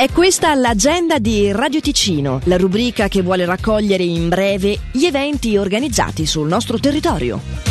È questa l'agenda di Radio Ticino, la rubrica che vuole raccogliere in breve gli eventi organizzati sul nostro territorio.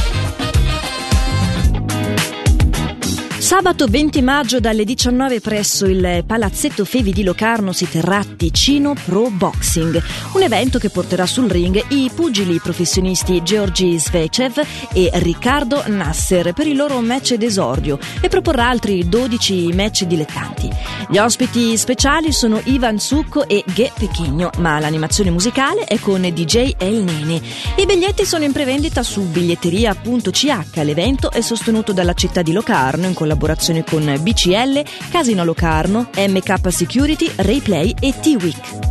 Sabato 20 maggio dalle 19 presso il Palazzetto Fevi di Locarno si terrà Ticino Pro Boxing, un evento che porterà sul ring i pugili professionisti Georgi Svechev e Riccardo Nasser per il loro match d'esordio e proporrà altri 12 match dilettanti. Gli ospiti speciali sono Ivan Succo e Ghe Pechigno, ma l'animazione musicale è con DJ El Nene. I biglietti sono in prevendita su biglietteria.ch. L'evento è sostenuto dalla città di Locarno in collaborazione con BCL, Casino Locarno, MK Security, Rayplay e T-Week.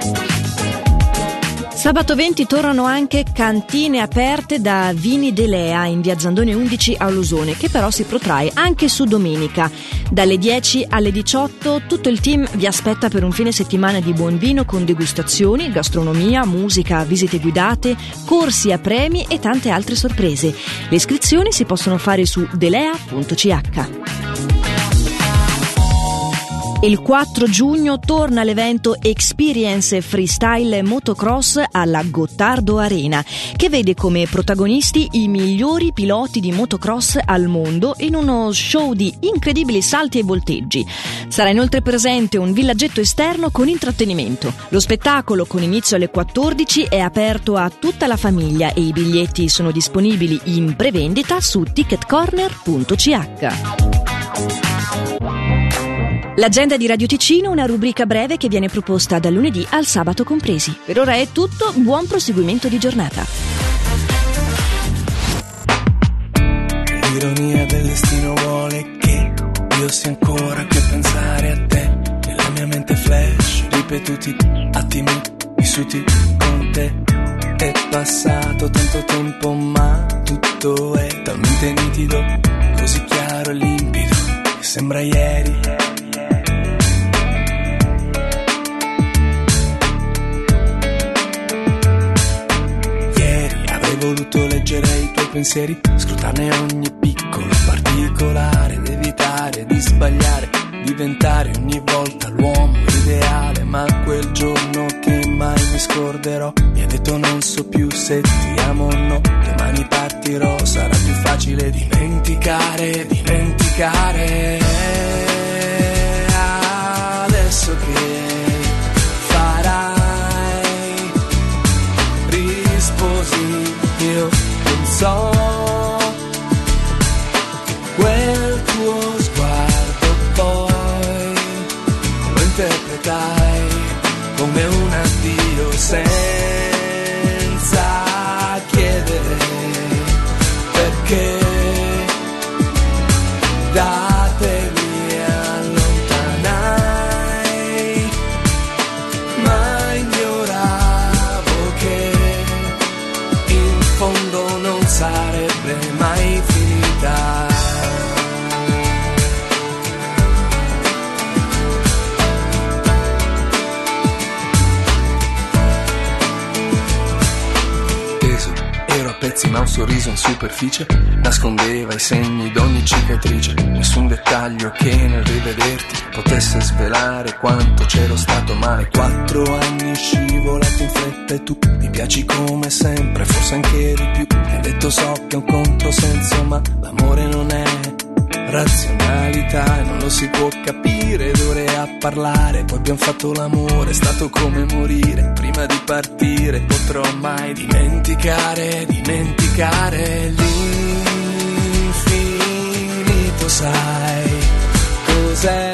Sabato 20 tornano anche cantine aperte da Vini Delea in via Zandone 11 a Lusone, che però si protrae anche su domenica. Dalle 10 alle 18 tutto il team vi aspetta per un fine settimana di buon vino con degustazioni, gastronomia, musica, visite guidate, corsi a premi e tante altre sorprese. Le iscrizioni si possono fare su delea.ch. Il 4 giugno torna l'evento Experience Freestyle Motocross alla Gottardo Arena, che vede come protagonisti i migliori piloti di motocross al mondo in uno show di incredibili salti e volteggi. Sarà inoltre presente un villaggetto esterno con intrattenimento. Lo spettacolo, con inizio alle 14, è aperto a tutta la famiglia e i biglietti sono disponibili in prevendita su ticketcorner.ch. L'agenda di Radio Ticino, una rubrica breve che viene proposta dal lunedì al sabato compresi. Per ora è tutto, buon proseguimento di giornata. L'ironia del destino vuole che io sia ancora qui a pensare a te. Nella mia mente flash, ripetuti attimi vissuti con te. È passato tanto tempo ma tutto è talmente nitido, così chiaro e limpido, che sembra ieri. Voluto leggere i tuoi pensieri, scrutarne ogni piccolo particolare ed evitare di sbagliare, diventare ogni volta l'uomo ideale. Ma quel giorno che mai mi scorderò mi ha detto non so più se ti amo o no, domani partirò, sarà più facile dimenticare. Adesso che farai, risposi, io non so, quel tuo sguardo poi lo interpretai come un addio senza chiedere perché. Da te mi allontanai, ma ignoravo che in fondo non sarebbe mai finita. Teso, ero a pezzi ma un sorriso in superficie nascondeva i segni d'ogni cicatrice. Nessun dettaglio che nel rivederti potesse svelare quanto c'ero stato male. 4 anni scivolato in fretta e tu mi piaci come sempre, forse anche di più. Mi hai detto so che è un controsenso, ma l'amore non è razionalità e non lo si può capire d'ore a parlare. Poi abbiamo fatto l'amore, è stato come morire. Prima di partire potrò mai dimenticare l'infinito. Sai cos'è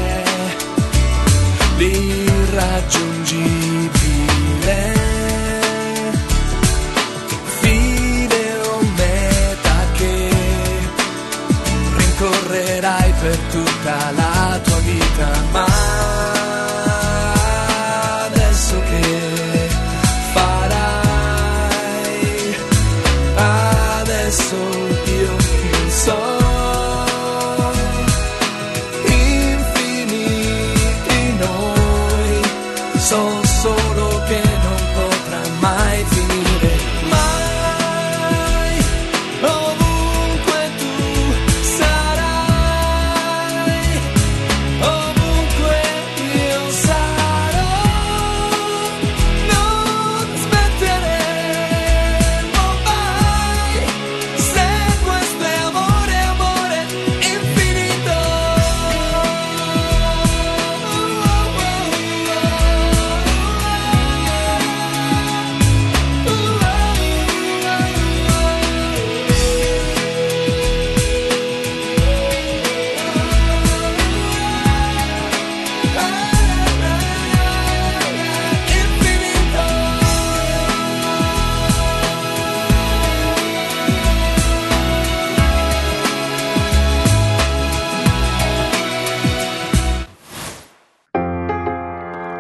l'irraggiungibile? Fine o meta che rincorrerai per tutta la tua vita. Ma adesso che farai, adesso io che so. So solo che non potrà mai finire, mai, ovunque tu sarai, ovunque io sarò.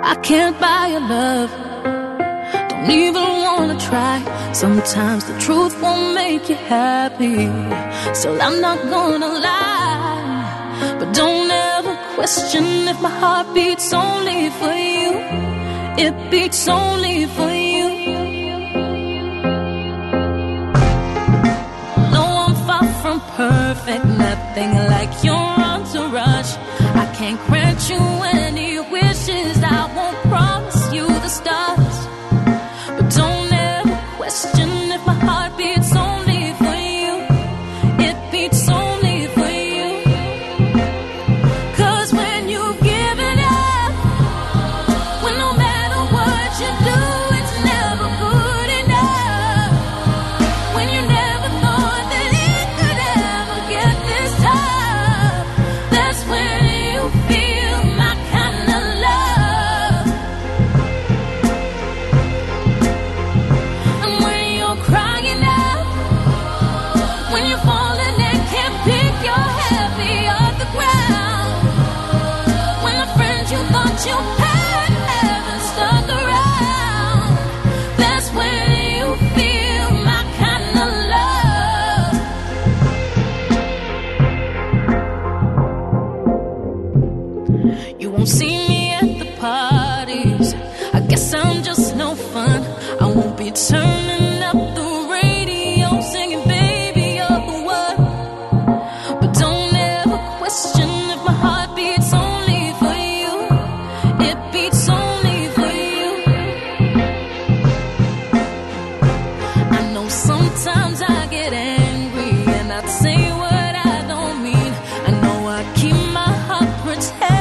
I can't buy your love, don't even wanna try. Sometimes the truth won't make you happy, so I'm not gonna lie. But don't ever question if my heart beats only for you. It beats only for you. No, I'm far from perfect, nothing like your entourage. I can't grant you any wishes, I won't promise you the stars. But don't ever question if my heart beats only for you. It beats only for you. 'Cause when you've given up, when no matter what you do, it's never good enough. When you never thought that it could ever get this tough, that's when you feel my kind of love. And when you're crying out, when you're falling and can't pick your happy off the ground, when the friends you thought you had haven't stuck around, that's when you feel my kind of love. You won't see me at the parties, I guess I'm just no fun. I won't be turning up the radio singing baby you're the one. But don't ever question if my heart beats only for you. It beats only for you. I know sometimes I get angry and I'd say what I don't mean. I know I keep my heart protected,